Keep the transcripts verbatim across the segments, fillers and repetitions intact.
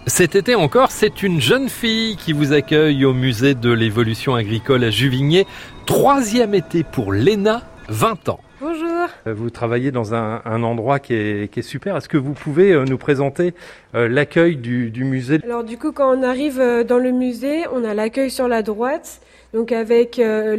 Cet été encore, c'est une jeune fille qui vous accueille au musée de l'évolution agricole à Juvigné. Troisième été pour Léna, vingt ans. Bonjour. Vous travaillez dans un, un endroit qui est, qui est super. Est-ce que vous pouvez nous présenter l'accueil du, du musée ? Alors du coup, quand on arrive dans le musée, on a l'accueil sur la droite, donc avec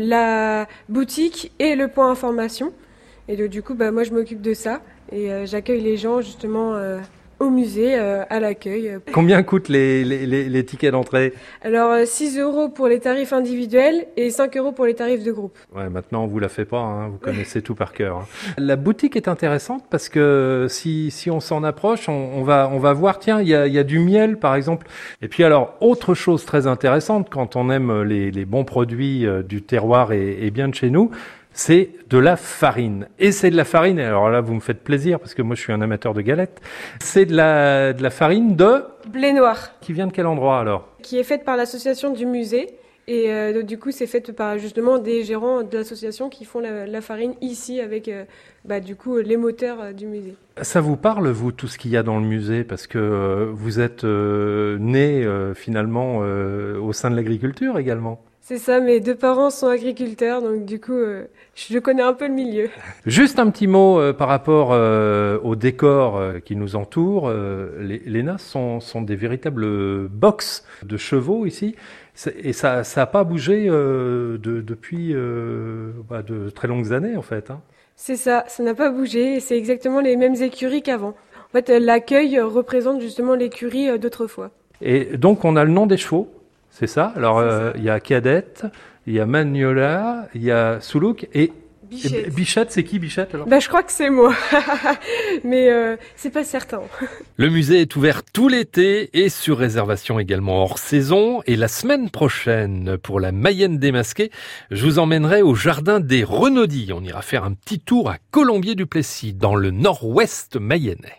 la boutique et le point information. Et donc, du coup, bah, moi je m'occupe de ça et euh, j'accueille les gens justement euh, au musée, euh, à l'accueil. Combien coûtent les, les, les, les tickets d'entrée ? Alors euh, six euros pour les tarifs individuels et cinq euros pour les tarifs de groupe. Ouais, maintenant on vous la fait pas, hein, vous connaissez tout par cœur. Hein. La boutique est intéressante parce que si, si on s'en approche, on, on, va, on va voir, tiens, il y a, y a du miel par exemple. Et puis alors, autre chose très intéressante quand on aime les, les bons produits euh, du terroir et, et bien de chez nous, c'est de la farine. Et c'est de la farine, alors là vous me faites plaisir parce que moi je suis un amateur de galettes, c'est de la, de la farine de... Blé noir. Qui vient de quel endroit alors ? Qui est faite par l'association du musée. Et euh, donc, du coup c'est fait par justement des gérants de l'association qui font la, la farine ici avec euh, bah, du coup les moteurs euh, du musée. Ça vous parle vous tout ce qu'il y a dans le musée parce que euh, vous êtes euh, né euh, finalement euh, au sein de l'agriculture également ? C'est ça, mes deux parents sont agriculteurs, donc du coup, euh, je connais un peu le milieu. Juste un petit mot euh, par rapport euh, au décor euh, qui nous entoure. Euh, les, les Nas sont, sont des véritables box de chevaux ici, c'est, et ça n'a pas bougé euh, de, depuis euh, bah, de très longues années en fait. Hein. C'est ça, ça n'a pas bougé, et c'est exactement les mêmes écuries qu'avant. En fait, l'accueil représente justement l'écurie d'autrefois. Et donc, on a le nom des chevaux. C'est ça. Alors, il euh, y a Cadette, il y a Magnola, il y a Soulouk et Bichette. Et Bichette, c'est qui Bichette alors ? Bah, je crois que c'est moi, mais euh, c'est pas certain. Le musée est ouvert tout l'été et sur réservation également hors saison. Et la semaine prochaine, pour la Mayenne démasquée, je vous emmènerai au jardin des Renaudis. On ira faire un petit tour à Colombier-du-Plessis, dans le nord-ouest mayennais.